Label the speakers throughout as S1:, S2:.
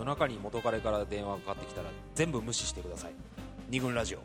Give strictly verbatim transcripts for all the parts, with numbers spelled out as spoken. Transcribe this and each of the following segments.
S1: 夜中に元彼から電話がかかってきたら全部無視してください。二軍ラジオ。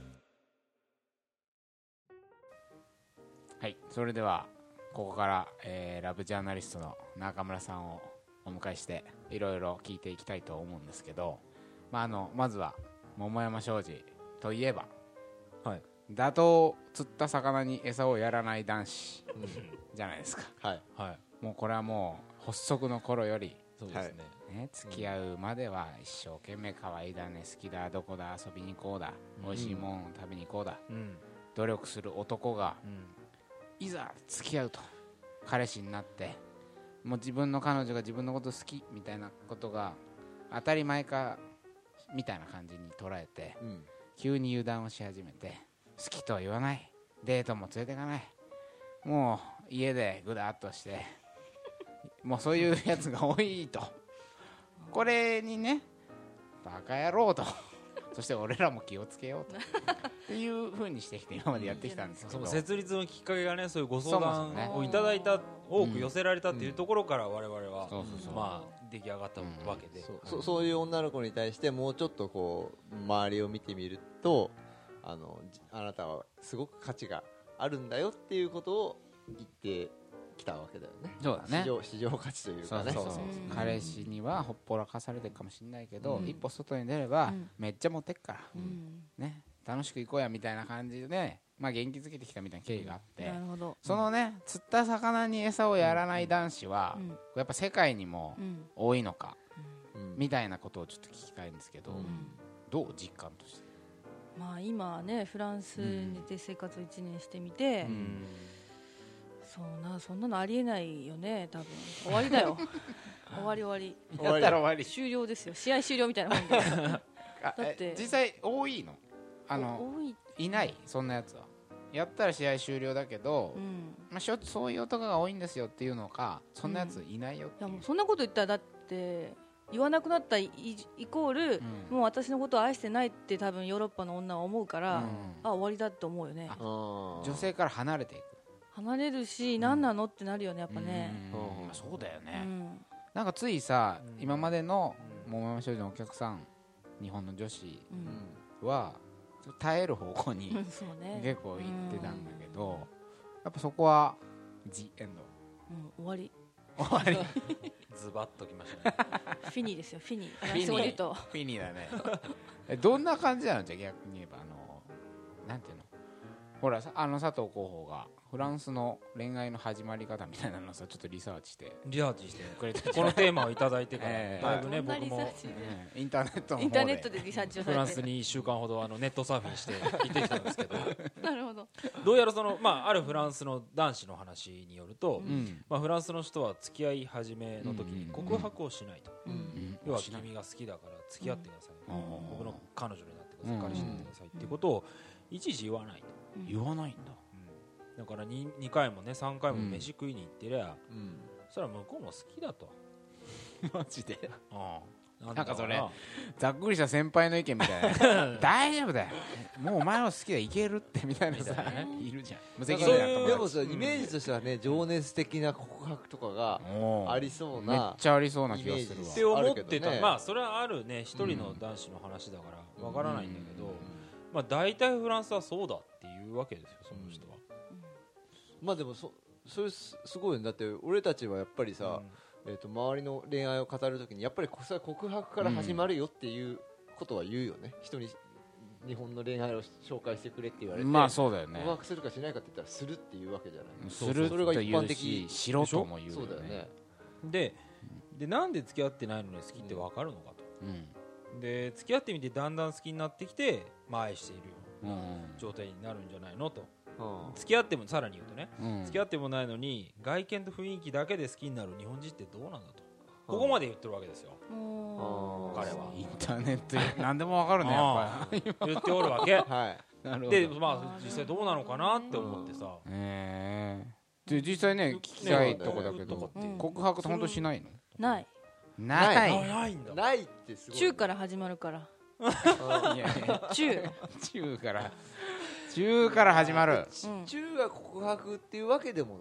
S2: はい、それではここから、えー、ラブジャーナリストの中村さんをお迎えしていろいろ聞いていきたいと思うんですけど、まあ、あのまずは桃山商事といえば、はい、打倒を釣った魚に餌をやらない男子じゃないですか、はいはい、もうこれはもう発足の頃よりそうですね、はいね、付き合うまでは一生懸命可愛いだね、好きだ、どこだ、遊びに行こうだ、うん、美味しいもん食べに行こうだ、うん、努力する男が、うん、いざ付き合うと彼氏になってもう自分の彼女が自分のこと好きみたいなことが当たり前かみたいな感じに捉えて、うん、急に油断をし始めて好きとは言わない、デートも連れていかない、もう家でぐだっとしてもうそういうやつが多いとこれにねバカ野郎とそして俺らも気をつけようとっていう風にしてきて今までやってきたんですけど、
S1: その設立のきっかけがねそういうご相談をいただいた、多く寄せられたっていうところから我々はまあ出来上がったわけで、
S3: そう、そういう女の子に対してもうちょっとこう周りを見てみると、あのあなたはすごく価値があるんだよっていうことを言ってきたわけだよね。
S2: そうだね、
S3: 市場、市場価値というかね。
S2: そうそうそう、うん、彼氏にはほっぽらかされてるかもしれないけど、うん、一歩外に出れば、うん、めっちゃモテっから、うんね、楽しく行こうやみたいな感じで、ね、まあ、元気づけてきたみたいな経緯があって、なるほど、そのね釣った魚に餌をやらない男子は、うん、やっぱ世界にも多いのか、うん、みたいなことをちょっと聞きたいんですけど、うん、どう実感として。
S4: まあ、今ねフランスで生活をいちねんしてみて、うん、そうな、そんなのありえないよね、多分終わりだよ終わり終わり
S2: やったら終わり、
S4: 終了ですよ、試合終了みたいなもんでだ
S2: って実際多いの、あの多い、いないそんなやつはやったら試合終了だけど、うん、まあ、しょそういう男が多いんですよっていうのか、そんなやついないよっていう、
S4: うん、いやもうそんなこと言ったらだって言わなくなったイ, イコール、うん、もう私のことを愛してないって多分ヨーロッパの女は思うから、うん、あ終わりだって思うよね。
S2: 女性から離れていく、
S4: 離れるし、うん、何なのってなるよねやっぱね、
S2: うんうん、そうだよね、うん、なんかついさ、うん、今までの桃山商事のお客さん、日本の女子は、うん、耐える方向に結構行ってたんだけど、うん、やっぱそこはジエンド、
S4: うん、終わり
S2: 終わり
S1: ズバッときましたね
S4: フィニーですよ、フィニー、
S2: フィニー、フィニーだねえどんな感じなの、じゃあ逆に言えば、あのなんていうの、ほらあの佐藤候補がフランスの恋愛の始まり方みたいなのをさちょっとリサーチして
S1: リサーチしてくれてこのテーマをいただいてから、えー、だいぶね、僕も、
S2: えー、インターネットの
S4: インターネットでリサーチをされて
S1: フランスにいっしゅうかんほどあのネットサーフィンして行ってきたんですけど
S4: なるほど、
S1: どうやらその、まあ、あるフランスの男子の話によると、うん、まあ、フランスの人は付き合い始めの時に告白をしないと、うんうん、要は君が好きだから付き合ってください、うん、僕の彼女になってください、うん、彼氏になってくださいっていうことをいちいち言わないと、
S2: うん、言わないんだ、
S1: だから 2, にかいもねさんかいも飯食いに行ってりゃ、うん、そしたら向こうも好きだと
S2: マジで、うん、なんかそれざっくりした先輩の意見みたいな大丈夫だよもうお前は好きだいけるってみたいなさいるじゃん、無責任な友達。
S3: でもさイメージとしてはね、情熱的な告白とかがありそうな、
S2: めっちゃありそうな気がするわ
S1: って思ってた、ね、まあそれはあるね、一人の男子の話だからわからないんだけど、うん、まあ大体フランスはそうだっていうわけですよ、その人は、うん、
S3: まあでも そ, それすごいんだって、俺たちはやっぱりさ、うん、えー、と周りの恋愛を語るときにやっぱりそれは告白から始まるよっていうことは言うよね、うん、人に日本の恋愛を紹介してくれって言われて、
S2: まあそうだよね、
S3: 告白するかしないかって言ったらするっていうわけじゃない、
S2: すると言うししろとも言うよね。
S3: そうだよね。
S1: で、でなんで付き合ってないのに好きって分かるのかと、うん、で付き合ってみてだんだん好きになってきて、まあ、愛しているような状態になるんじゃないのと、うん、付き合ってもさらに言うとね、うん、付き合ってもないのに外見と雰囲気だけで好きになる日本人ってどうなんだと、ここまで言ってるわけですよ、彼は。
S2: インターネット何でも分かるね、やっぱり
S1: 言っておるわけ、はい、なるほど。で、まあ、実際どうなのかなって思ってさ、
S2: へー、で実際ね聞きたいとこだけど、うん、告白って本当しないの？
S4: ない
S2: ない
S1: ないんだ。
S3: ないってすごい。
S4: 中から始まるからいやいや
S2: 中中から中から始まる、
S3: うん、中が告白っていうわけでもないの？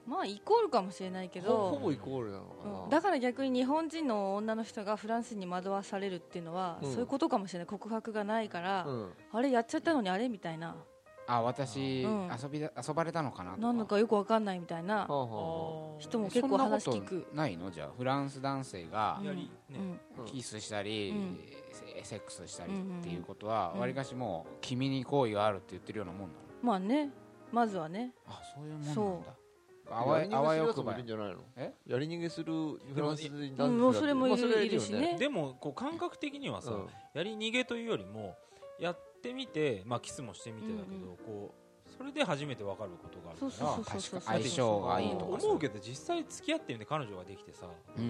S4: まあイコールかもしれないけど
S3: ほぼイコールなのかな、
S4: うん、だから逆に日本人の女の人がフランス人に惑わされるっていうのは、うん、そういうことかもしれない。告白がないから、うん、あれやっちゃったのにあれみたいな、
S2: あ私、うん、遊び遊ばれたのかなとか
S4: なんだかよくわかんないみたいな人も結構話聞く。
S2: ないの？じゃあフランス男性が
S4: うん、
S2: キスしたり、うん、セックスしたりっていうことはわりかしもう君に好意があるって言ってるようなもんなの？
S4: まあね、まずはね。
S2: あ、そういうもんなんだ。
S3: あわやわよくばいるんじゃないの？え？やり逃げするフランス人男性だって、
S4: もうそれもいる、いるしね。
S1: でもこう感覚的にはさ、うん、やり逃げというよりもやってみて、まあキスもしてみてだけど、うん、こうそれで初めて分かることがあるから、確か
S2: 相性がいいとか
S1: 思うけど、実際付き合ってみて彼女ができてさ、うん、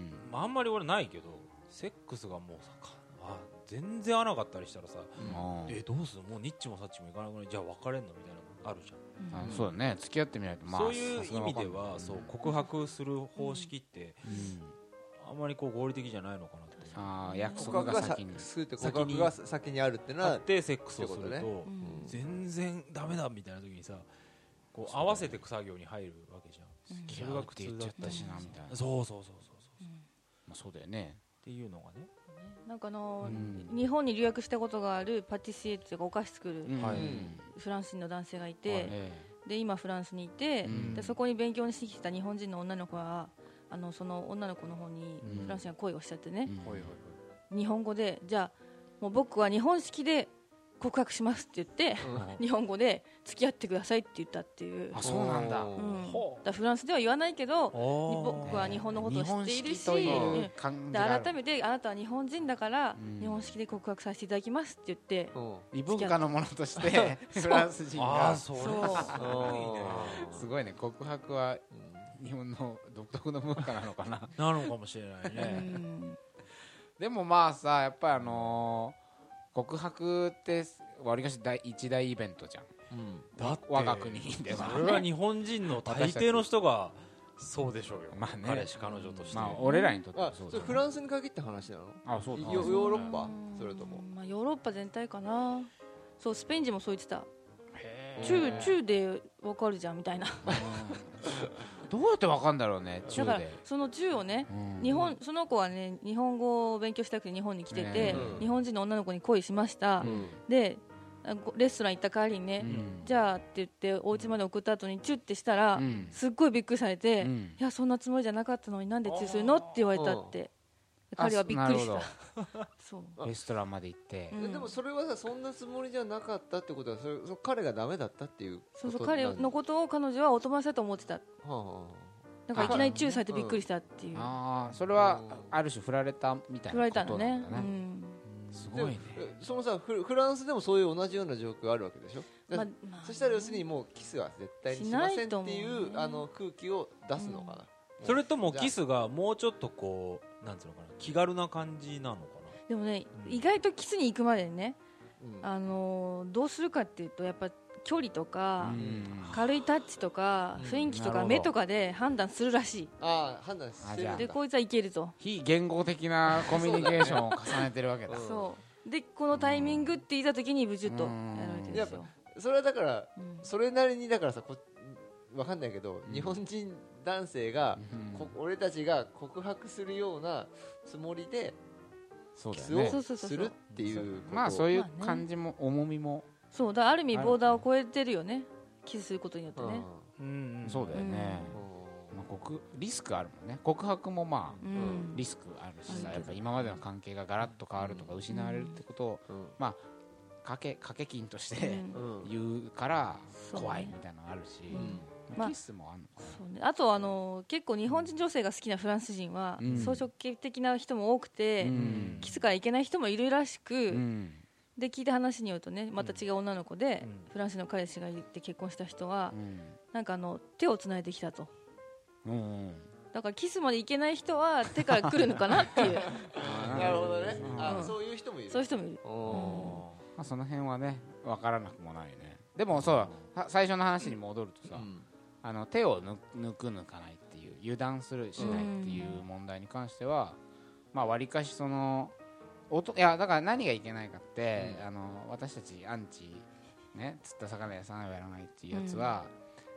S1: まあ、あんまり俺ないけど、セックスがもうさ、あ、全然合わなかったりしたらさ、うん、えどうする？もうニッチもサッチもいかなくない、じゃあ別れんのみたいなのあるじゃん。
S2: うん、そうだね、付き合ってみないと、まあ、
S1: そういう意味では、うん、そう告白する方式って、うん、あんまりこう合理的じゃないのかなって。
S2: ああ、約束が先に
S3: 告白が先にあるってな
S1: あってセックスをすると、ね、うん、全然ダメだみたいな時にさ、こう合わせていく作業に入るわけじゃん。
S2: うん、それが苦痛だったしなみたいな。
S1: そうそうそうそうそう、うん、
S2: まあ、そうだよね
S1: っていうのがね。
S4: なんかあのーうん、日本に留学したことがあるパティシエっていうかお菓子作る、うん、フランス人の男性がいて、はい、で今フランスにいて、うん、でそこに勉強にしてきた日本人の女の子はあのその女の子の方にフランス人が恋をしちゃってね、うん、日本語でじゃあもう僕は日本式で告白しますって言って、うん、日本語で付き合ってくださいって言ったっていう。
S2: あ、そうなんだ、
S4: うん、だフランスでは言わないけど僕は日本のことを知っているし、で改めてあなたは日本人だから、うん、日本式で告白させていただきますって言って、うん、
S2: 異文化のものとしてフランス人があそうすごいね。告白は日本の独特の文化なのかな
S1: なのかもしれないね、うん、
S2: でもまあさ、やっぱりあのー告白ってわりかし大一大イベントじゃん、うん、だって我が国では
S1: それは日本人の大抵の人がそうでしょうよ、まあね、彼氏彼女として、
S2: まあ、俺らにとっては
S3: そうだ、ね、フランスに限った話なの？
S2: あ、そうだ、
S3: ヨーロッパそれとも、
S4: まあ、ヨーロッパ全体かな。そう、スペイン人もそう言ってた。チューチューで分かるじゃんみたいな
S2: どうやって分かるんだろうね。
S4: だからそのチューをね、うん、日本その子はね日本語を勉強したくて日本に来てて、うん、日本人の女の子に恋しました、うん、でレストラン行った帰りにね、うん、じゃあって言ってお家まで送った後にチュッてしたら、うん、すっごいびっくりされて、うん、いやそんなつもりじゃなかったのになんでチューするのって言われたって、彼はびっくりした
S2: そうレストランまで行って、
S3: うん、でもそれはさ、そんなつもりじゃなかったってことはそれそ彼がダメだったっていうこと。
S4: そうそう、彼のことを彼女はお友達だと思ってた、はあはあ、だからいきなりチューされてびっくりしたっていう。
S2: ああ、それはある種振られたみたいなことなんだね。振られたのね、うん、すごいね。
S3: そのさフランスでもそういう同じような状況あるわけでしょ、ままあ、そしたら要するにもうキスは絶対にしませんっていう、ね、あの空気を出すのかな、
S1: うん、それともキスがもうちょっとこうなんつうのかな、気軽な感じなのかな。
S4: でもね、うん、意外とキスに行くまでにね、うん、あのー、どうするかっていうとやっぱ距離とか、うん、軽いタッチとか、うん、雰囲気とか目とかで判断するらしい。
S3: ああ、判断してるんだ。
S4: でこいつはいけると
S2: 非言語的なコミュニケーションを重ねてるわけだ
S4: そうでこのタイミングって言った時にブチュッとやられてるんですよ。
S3: それはだから、うん、それなりにだからさこわかんないけど、うん、日本人男性が、うん、俺たちが告白するようなつもりでキスをするっていうこと。
S2: まあそういう感じも重みも
S4: そうだ、ある意味ボーダーを超えてるよね、キスすることによってね、
S2: うん、そうだよね、うん、まあ、告リスクあるもんね。告白もまあ、うん、リスクあるしさ、やっぱ今までの関係がガラッと変わるとか失われるってことを、うん、まあ掛け掛け金として言うから怖いみたいなのあるし、うん、まあ、キスもあるのかな、
S4: そうね、あとあの結構日本人女性が好きなフランス人は、うん、草食系的な人も多くて、うん、キスからいけない人もいるらしく、うん、で聞いた話によるとね、また違う女の子で、うん、フランスの彼氏がいて結婚した人は、うん、なんかあの手をつないできたと、うん、だからキスまでいけない人は手から来るのかなっていう
S3: なるほどね、うん、あ、そういう人もいる、
S4: そういう人もいる、
S2: まあ、その辺はね分からなくもないね。でもそう最初の話に戻るとさ、うん、あの手を抜く抜かないっていう油断するしないっていう問題に関しては、まあわりかしそのおといやだから何がいけないかって、うん、あの私たちアンチね釣った魚屋さんはやらないっていうやつは、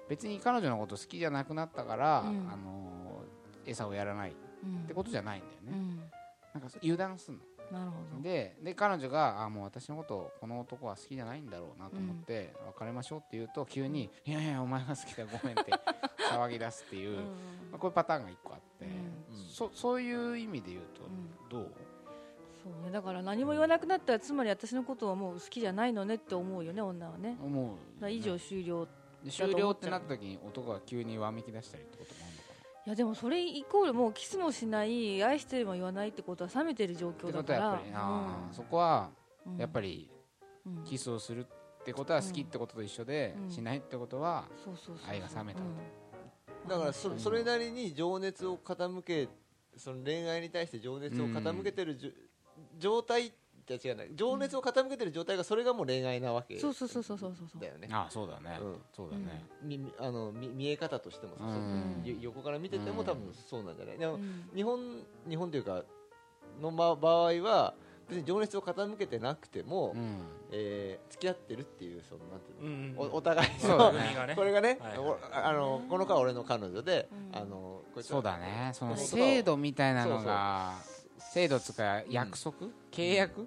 S2: 別に彼女のこと好きじゃなくなったから、
S4: うん、
S2: あの餌をやらないってことじゃないんだよね、うん、なんか油断すんの。
S4: なるほど。
S2: でで彼女があもう私のことこの男は好きじゃないんだろうなと思って、うん、別れましょうって言うと急に、うん、いやいやお前が好きだごめんって騒ぎ出すっていう、うんまあ、こういうパターンがいっこあって、うん、そ, そういう意味で言うとどう、うん、
S4: そうね、だから何も言わなくなったらつまり私のことはもう好きじゃないのねって思うよね、女はね。
S2: 思う、ね、
S4: だ以上終了
S2: で終了ってなった時に男が急にわめき出したりってこともあるのかな。
S4: いやでもそれイコールもうキスもしない愛してるも言わないってことは冷めてる状況だから、
S2: やっぱり、うん、そこはやっぱりキスをするってことは好きってことと一緒で、うん、しないってことは愛が冷めたと、
S3: うん、だから そ, それなりに情熱を傾けその恋愛に対して情熱を傾けてる、うん、状態違うない情熱を傾けてる状態がそれがもう恋愛なわけだよね。
S4: そうそうそうそうそう
S2: だよね。ああそうだね、うん、そうだね、
S3: みあのみ見え方としてもさ、うん、横から見てても多分そうなんじゃない。でも、うん、日本日本というかの場合は別に情熱を傾けてなくても、うんえー、付き合ってるっていうそのなんていうの、うん、お, お互いの、ね、これがね、はいはい、あのこの子は俺の彼女で、うん、あのこ
S2: そうだねその制度みたいなのが制度つか約束、うん、契約、うん、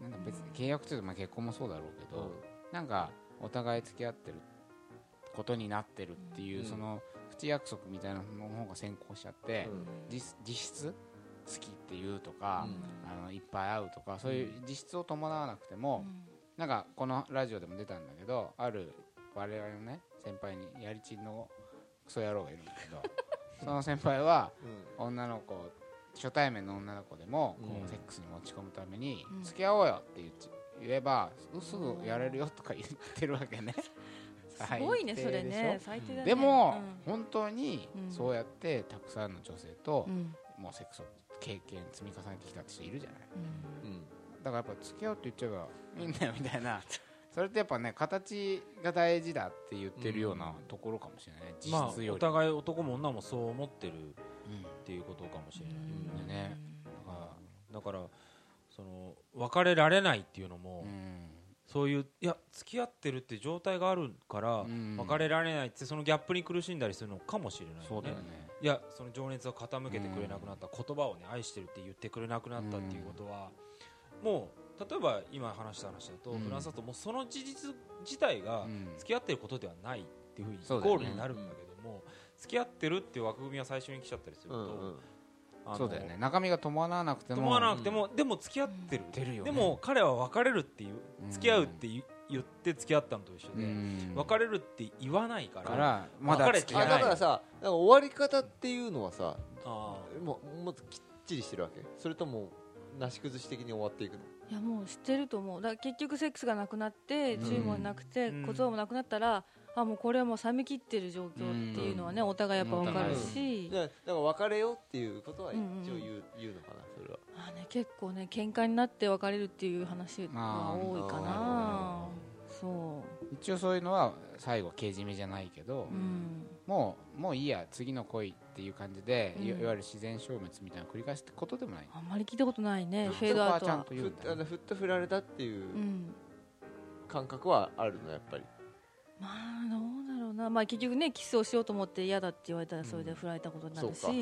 S2: なんか別に契約というとまあ結婚もそうだろうけど、うん、なんかお互い付き合ってることになってるっていう、うん、その口約束みたいなのの方が先行しちゃって、うん、実, 実質好きっていうとか、うん、あのいっぱい会うとかそういう実質を伴わなくても、うん、なんかこのラジオでも出たんだけどある我々のね先輩にやりちんのクソ野郎がいるんだけどその先輩は、うん、女の子初対面の女の子でもこうセックスに持ち込むために付き合おうよって言えばすぐやれるよとか言ってるわけね
S4: すごいねそれね最低だね。
S2: でも、うん、本当にそうやってたくさんの女性と、うん、もうセックスを経験積み重ねてきたって人いるじゃない、うん、だからやっぱ付き合うって言っちゃえばいいんだよみたいなそれってやっぱね形が大事だって言ってるようなところかもしれない、実質より、まあ、
S1: お互い男も女もそう思ってるっていうことかもしれない、うん、でねだからだからその別れられないっていうのも、うん、そういういや付き合ってるって状態があるから、うん、別れられないってそのギャップに苦しんだりするのかもしれない、ね、
S2: そうだよね。
S1: いやその情熱を傾けてくれなくなった、うん、言葉をね愛してるって言ってくれなくなったっていうことは、うん、もう例えば今話した話だと、うん、フランスだともうその事実自体が付き合ってることではないっていうふうにゴールになるんだけども、ね、付き合ってるっていう枠組みが最初に来ちゃったりすると、うんうん
S2: そうだよね中身が伴わなくても
S1: 伴わなくても、うん、でも付き合ってる、うん、でも彼は別れるっていう付き合うっていう、うん、言って付き合ったのと一緒で、うん、別れるって言わないから、から
S2: まだ付き合
S3: いだからさ終わり方っていうのはさあもうもっときっちりしてるわけそれともなし崩し的に終わっていくの。
S4: いやもう知ってると思う。だから結局セックスがなくなって注文なくて、うん、言葉もなくなったらあもうこれはもう冷め切ってる状況っていうのはね、うん、お互いやっぱ分かるし、
S3: うん、だから別れようっていうことは一応言う、うんうん、言うのかなそれは。
S4: あ、ね、結構ね喧嘩になって別れるっていう話は多いかな。そう
S2: 一応そういうのは最後けじめじゃないけど、うん、もうもういいや次の恋っていう感じで、うん、いわゆる自然消滅みたいなのを繰り返すってことでもない。
S4: あんまり聞いたことないね。フェードアウトは
S3: ふっふっと振られたっていう感覚はあるのやっぱり。
S4: まあどうだろうな、まあ、結局ねキスをしようと思って嫌だって言われたらそれで振られたことになるし、うん、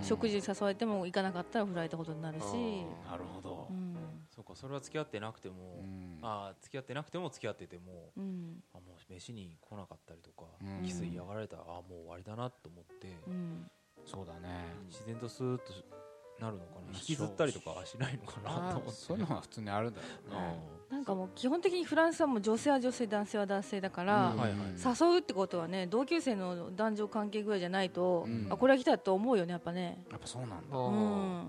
S4: 食事に誘われても行かなかったら振られたことになるし。
S2: なるほど、うん、
S1: そうかそれは付き合ってなくても、うん、あ付き合ってなくても付き合ってても、うん、あもう飯に来なかったりとか、うん、キス嫌がられたらあもう終わりだなと思って、うん、
S2: そうだね
S1: 自然とスーッとなるのかな引きずったりとかはしないのかなと思って
S2: そういうのは普通にあるんだよね。
S4: なんかもう基本的にフランスはもう女性は女性男性は男性だから、うんはいはい、誘うってことはね同級生の男女関係ぐらいじゃないと、うん、あこれは来たと思うよねやっぱね。
S2: やっぱそうなんだ、
S3: うん、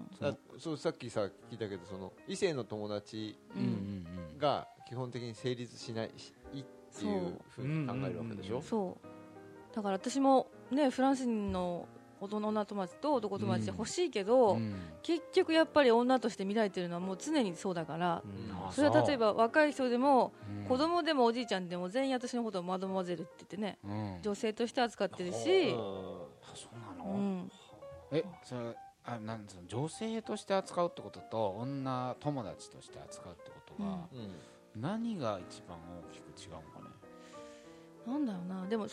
S3: だそうさっきさ聞いたけどその異性の友達が基本的に成立しないいいっていうふうに考えるわけでしょ。
S4: そうだから私もねフランス人の女友達と男友達で欲しいけど、うん、結局やっぱり女として見られてるのはもう常にそうだから、うん、それは例えば若い人でも、うん、子供でもおじいちゃんでも全員私のことをマドモアゼルって言ってね、うん、女性として扱ってるし、
S2: そうなの、うん、えそれあなんその女性として扱うってことと女友達として扱うってことが、うん、何が一番大きく違うのかね。
S4: なんだろうなでもその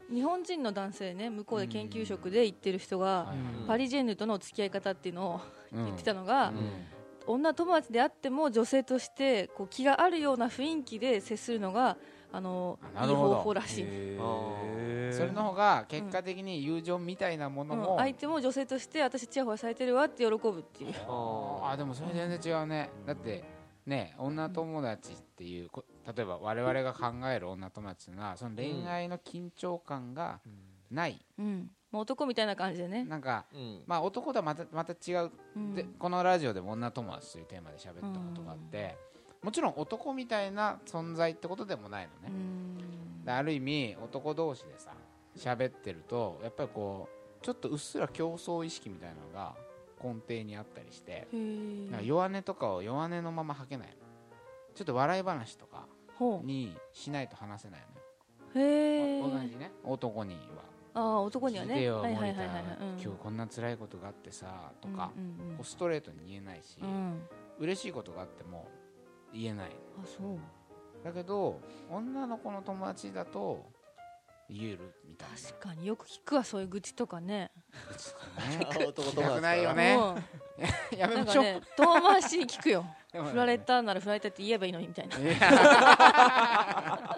S4: 日本人の男性ね、向こうで研究職で行ってる人が、うん、パリジェンヌとの付き合い方っていうのを言ってたのが、うんうん、女友達であっても女性としてこう気があるような雰囲気で接するのがあのいい方法らしい。
S2: それの方が結果的に友情みたいなものも、
S4: うん、相手も女性として私チヤホヤされてるわって喜ぶっていう。
S2: ああでもそれ全然違うね。だってね、女友達っていう例えば我々が考える女友達はその恋愛の緊張感がない、
S4: うんうん、もう男みたいな感じでね、
S2: なんか、うん、まあ男とはまたまた違う、うん、でこのラジオでも女友達というテーマで喋ったことがあって、うん、もちろん男みたいな存在ってことでもないのね、うん、である意味男同士でさ喋ってるとやっぱりこうちょっとうっすら競争意識みたいなのが根底にあったりして、なんか弱音とかを弱音のまま吐けないの。ちょっと笑い話とかにしないと話せないのよ。へー、同じね、男には。
S4: ああ、男にはね。
S2: はいはいはいはい、今日こんな辛いことがあってさとか、うんうんうん、こうストレートに言えないし、うん、嬉しいことがあっても言えない。
S4: あ、そう。
S2: だけど女の子の友達だと言えるみたいな。
S4: 確かによく聞くわ、そういう愚痴とかね。
S2: 愚痴とかね。聞きたくないよね。やめましょう。
S4: なんかね、遠回しに聞くよ。振られたなら振られたって言えばいいのにみたいな。そり
S1: ゃ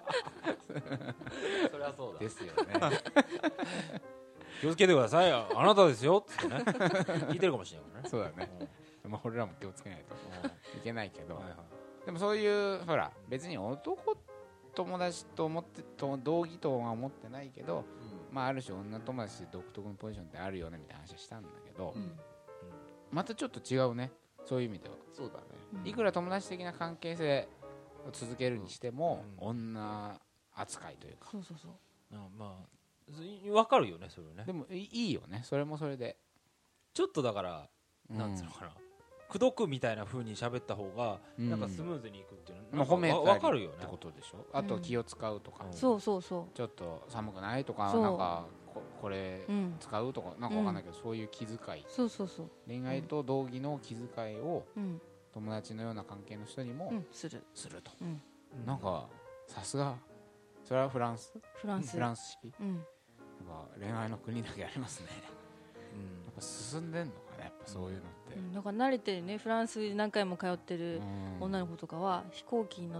S1: そうだ。
S2: ですよね。
S1: 気をつけてくださいよ。あなたですよってね。聞いてるかもしれないね。
S2: そうだね。まあ俺らも気をつけないといけないけど。でもそういうほら別に男友達と思ってと同義とは思ってないけど、うん、まあある種女友達で独特のポジションってあるよねみたいな話はしたんだけど、うん、またちょっと違うね、そういう意味では。
S3: そうだね。
S2: いくら友達的な関係性を続けるにしても、うん、女扱いというか。
S4: そうそうそう。
S1: まあわかるよねそれね。
S2: でもいいよね、それもそれで。
S1: ちょっとだから、うん、なんつうのかな。口説くみたいな風に喋った方がなんかスムーズにいくっていうのは、うん、
S2: 褒めたりってことでしょ。あと気を使うとか、
S4: うん、そうそうそう、
S2: ちょっと寒くないとか、なんか こ, これ使うとか、うん、なんかわかんないけど、そういう気遣い、
S4: そうそうそう、
S2: 恋愛と同義の気遣いを友達のような関係の人にも
S4: する
S2: すると、なんかさすがそれはフランス
S4: フランス
S2: フランス式、うん、なんか恋愛の国だけありますね。うん、やっぱ進んでんのかね、やっぱそういうのって、
S4: うん、だから慣れてるね。フランスに何回も通ってる女の子とかは飛行機に乗って、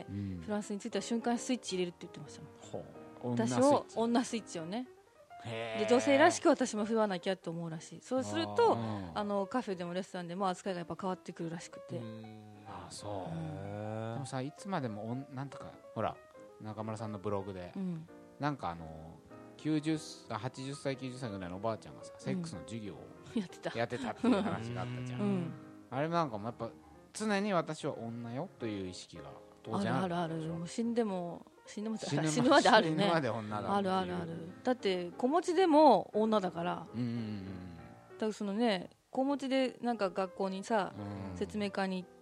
S4: うん、フランスに着いた瞬間スイッチ入れるって言ってましたもん。私を女スイッチをね、で女性らしく私も振らなきゃと思うらしい。そうすると あ, あのカフェでもレストランでも扱いがやっぱ変わってくるらしくて。うん、
S2: ああそう、でもさ、いつまでもなんとかほら中村さんのブログで、うん、なんかあのきゅうじゅうはちじゅっさいきゅうじゅっさいぐらいのおばあちゃんがさ、セックスの授業をやってた、やってたっていう話があったじゃん、うん、あれなんかもやっぱ常に私は女よという意識が当然ある。
S4: あるあるある。もう死んでも死んでも死ぬまであるね。
S2: 死ぬまで女だ。
S4: あるあるある。だって子持ちでも女だから、うんうんうん、だからそのね、子持ちでなんか学校にさ、うん、説明会に行って、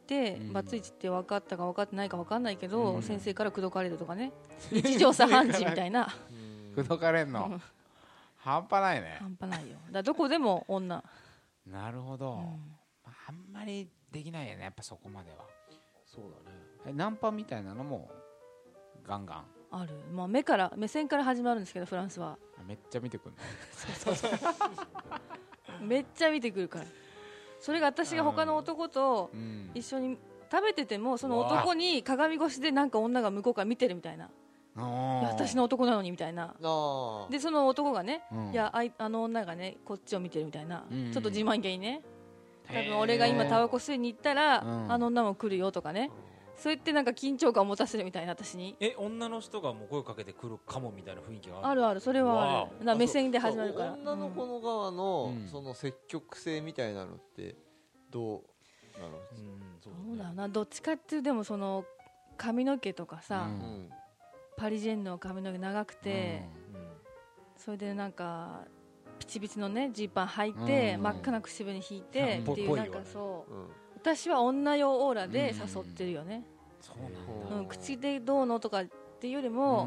S4: うん、バツイチって分かったか分かってないか分かんないけど、うん、先生から口説かれるとかね、日常茶飯事みたいな
S2: 口説かれんの半端ないね。
S4: 半端ないよ。だどこでも女。
S2: なるほど、うん、あんまりできないよね、やっぱそこまでは。
S1: そうだね。
S2: ナンパみたいなのもガンガン
S4: ある。まあ、目から目線から始まるんですけど、フランスは
S2: めっちゃ見てくるの
S4: そうそうそうめっちゃ見てくるから。それが私が他の男と一緒に食べてても、その男に鏡越しでなんか女が向こうから見てるみたいな、いや私の男なのにみたいな。でその男がね、うん、いや あ, あの女がねこっちを見てるみたいな、うん、ちょっと自慢げにね、多分俺が今タバコ吸いに行ったら、うん、あの女も来るよとかね、そうやってなんか緊張感を持たせるみたいな。私に
S1: え女の人がもう声かけてくるかもみたいな雰囲気がある。
S4: あるある。それはある。な目線で始まるから。
S3: 女の子の側の、うん、その積極性みたいなのってどうなの？うん、
S4: そうだね。そうだな。どっちかっていうでもその髪の毛とかさ、うん、パリジェンヌの髪の毛長くて、うんうん、それでなんかピチピチのねジーパン履いて、うん、真っ赤な口紅引いて、うん、っていうなんかそう、うん、私は女用オーラで誘ってるよね、
S2: うん、そうなんだ、
S4: うん、口でどうのとかっていうよりも、うん、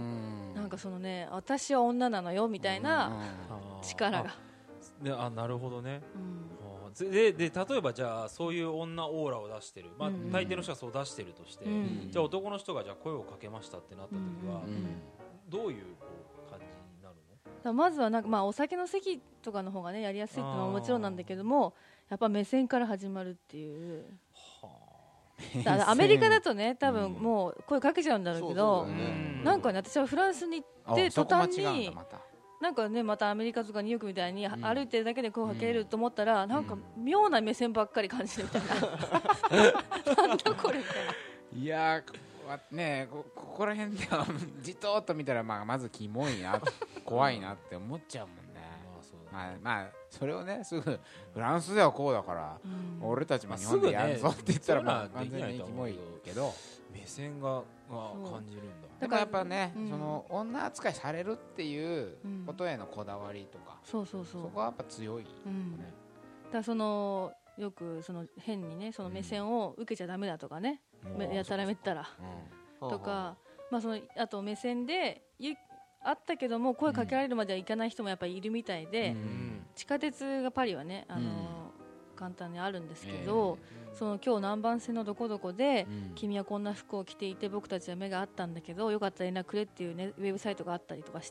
S4: なんかそのね私は女なのよみたいな力が、
S1: うん、であなるほどね、うん、で, で例えばじゃあそういう女オーラを出してる、まあうん、大抵の人はそう出してるとして、うん、じゃあ男の人がじゃあ声をかけましたってなった時は、うん、どういうこう感じになるの？
S4: らまずはなんかまあお酒の席とかの方がねやりやすいっていうのはもちろんなんだけども、やっぱ目線から始まるっていう。だからアメリカだとね多分もう声かけちゃうんだろうけど、なんかね私はフランスに行って途端になんかねまたアメリカとかニューヨークみたいに歩いてるだけで声かけると思ったら、なんか妙な目線ばっかり感じるみたいな。なんだこれみたいな。
S2: いやーねこここら辺ではじとっと見たら、まあ、まずキモいな怖いなって思っちゃうもんね。まあまあそれをねすぐフランスではこうだから、うん、俺たちも日本でやるぞって言ったら、まあ完全にキモいけど
S1: 目線が感じるんだ。
S2: でもやっぱね、うん、その女扱いされるっていうことへのこだわりとか、
S4: うん、そうそうそう、
S2: そこはやっぱ強い、ね、うん、
S4: だからそのよくその変にねその目線を受けちゃダメだとかね、うん、やたらめったら、うん、とか、まあ、そのあと目線でゆあったけども声かけられるまではいかない人もやっぱりいるみたいで、うん、地下鉄がパリはね、あのーうん、簡単にあるんですけど、えー、その今日何番線のどこどこで、うん、君はこんな服を着ていて僕たちは目があったんだけどよかったら連絡くれっていう、ね、ウェブサイトがあったりとかして、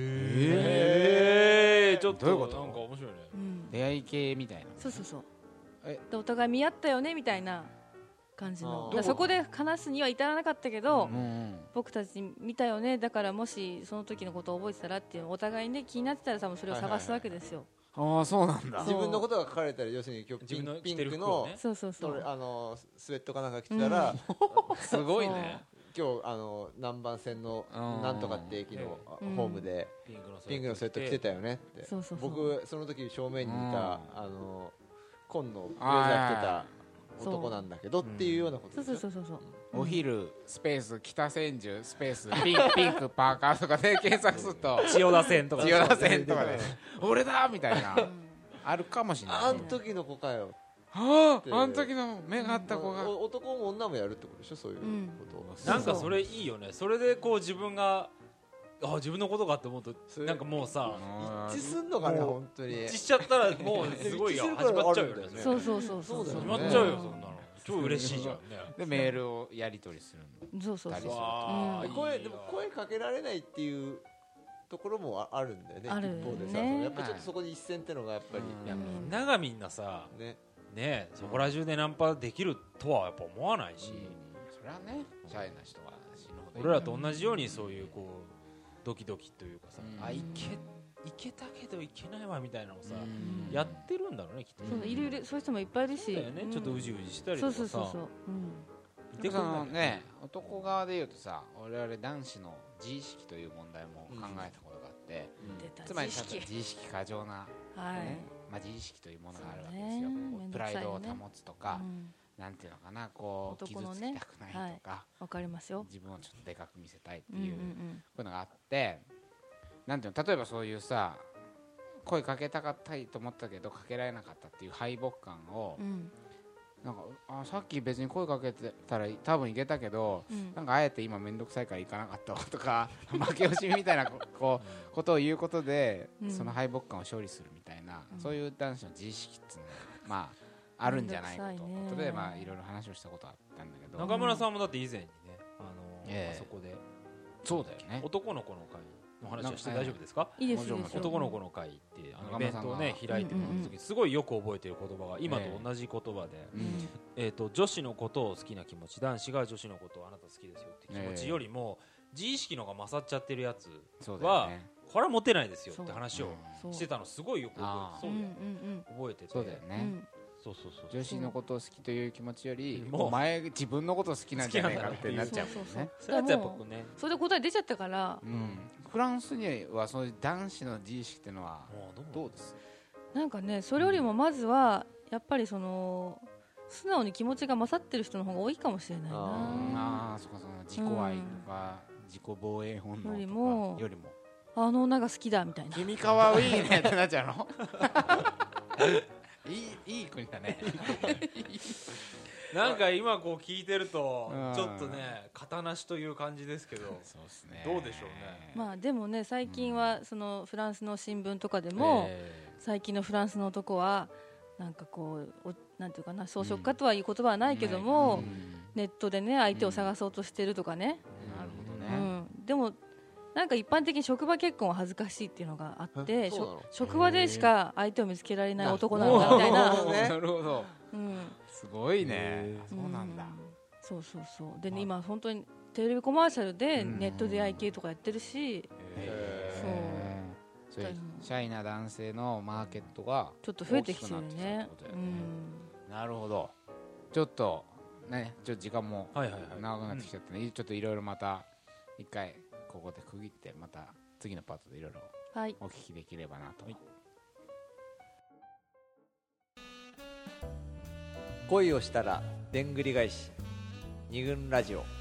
S1: えー、ちょっと
S2: どういうこと
S1: なんか面白いね、
S2: うん、出会い系みたいな。
S4: そうそうそう、えでお互い見合ったよねみたいな感じの。だそこで話すには至らなかったけど、うんうん、僕たち見たよねだからもしその時のことを覚えてたらっていうお互いに、ね、気になってたら多分それを探すわけですよ、
S2: はいはいはい、ああそうなんだ。
S3: 自分のことが書かれたら要するに今日ピン、ピンクの、ね、
S4: そうそうそう
S3: あのスウェットかなんか着てたら、
S2: うん、すごいね。
S3: 今日あの何番線のなんとかって駅のホームでピンクのスウェット着てたよねって。
S4: そうそうそう、
S3: 僕その時正面にいたあの紺のブレザー着てた男なんだけどっていうようなことです。
S4: そうそうそうそう、
S2: お昼スペース北千住スペースピンピンクパーカーとかで検索すると
S1: 千代田線とか
S2: 千代田線とかで俺だみたいなあるかもしれない。
S3: あん時の子かよ。
S2: はあ、あん時の目があった子が、
S3: うん、男も女もやるってことでしょ、そういうことを、
S1: うん、なんかそれいいよね。それでこう自分があ自分のことかって思うとなんかもうさ
S3: 一致すんのかね、本当に
S1: 一致しちゃったらもうすごいよ始まっちゃうよね。
S4: そうそうそうそう、
S1: 始まっちゃうよそんなの。超嬉しいじゃんね。
S2: でメールをやり取りする
S4: の。そうそうそう。
S3: 声でも声かけられないっていうところもあるんだよね。
S4: ある
S3: 一方でさ、
S4: ね、
S3: やっぱちょっとそこに一線ってのがやっぱり、
S1: いやみんながみんなさねねそこら中でナンパできるとはやっぱ思わないし、うん、
S2: それはねシャイな人は死ぬほど
S1: 俺らと同じようにそういうこうドキドキというかさ、うん、あいけいけたけどいけないわみたいなのをさ、うん、やってるんだろうねきっとね。
S4: そういるいるそういう人もいっぱいいるし、
S1: そうだよね、うん、ちょっとうじうじしたりとかさ。そうそうそうそう、
S2: うん、でそのね男側で言うとさ我々男子の自意識という問題も考えたことがあって、うん、つまり自意識過剰な、
S4: はい
S2: ねまあ、自意識というものがあるわけですよ、ね、プライドを保つとか、ねうん、なんていうのかなこう、ね、傷つきたくないとか、
S4: はい、わかりますよ。
S2: 自分をちょっとでかく見せたいっていう、うんうんうん、こういうのがあってなんていうの例えばそういうさ声かけたかったいと思ったけどかけられなかったっていう敗北感を、うん、なんかあさっき別に声かけてたら多分いけたけど、うん、なんかあえて今めんどくさいから行かなかったとか負け惜しみみたいなこうことを言うことで、うん、その敗北感を勝利するみたいな、うん、そういう男子の自意識っていうのがまああるんじゃないかということでまあいろいろ話をしたことあったんだけど、
S1: 中村さんもだって以前にねあの、えー、あそこで
S2: そうだよね
S1: 男の子の会の話をして大丈夫ですか？
S4: いいですよ。
S1: 男の子の会ってあのイベントをね開いてもらう時すごいよく覚えている言葉が今と同じ言葉で、えーと女子のことを好きな気持ち、男子が女子のことをあなた好きですよって気持ちよりも自意識のが勝っちゃってるやつはこれはモテないですよって話をしてたのすごいよく覚えてて、
S2: そうだよね。
S1: そうそうそう
S2: 女子のことを好きという気持ちよりお前自分のことを好きなんじゃないかってなっちゃうもんね。
S1: それはやっぱこうね
S4: それで答え出ちゃったから、
S2: うん、フランスにはそういう男子の自意識っていうのはどうです？
S4: なんかねそれよりもまずはやっぱりその素直に気持ちが勝ってる人の方が多いかもしれないな。
S2: ああそうか、その自己愛とか、うん、自己防衛本能とかよりもよりも
S4: あの女が好きだみたいな。
S2: 君かわいいねってなっちゃうのいい、いい国だね
S1: なんか今こう聞いてるとちょっとね型なしという感じですけど、
S2: そうですね、
S1: どうでしょうね。
S4: まあでもね最近はそのフランスの新聞とかでも、えー、最近のフランスの男はなんかこうなんていうかな装飾家とはいう言葉はないけども、うん、ネットでね相手を探そうとしてるとかね、
S2: うん、なるほどね、
S4: うん、でもなんか一般的に職場結婚は恥ずかしいっていうのがあって
S3: そうなの
S4: 職場でしか相手を見つけられない男なんだみたいな、
S2: なるほど、
S4: うん、
S2: すごいね。そうなんだ、
S4: うん、そうそうそうで、ね、今本当にテレビコマーシャルでネット出会い系とかやってるし、
S2: そうそういうシャイな男性のマーケットが
S4: ちょっと増えてきてるね。
S2: なるほど。ちょっとね、ちょっと時間も長くなってきちゃったね、はいはいはい、ちょっといろいろまた一回ここで区切ってまた次のパートでいろいろお聞きできればなと、はい、
S3: 恋をしたらでんぐり返し二軍ラジオ。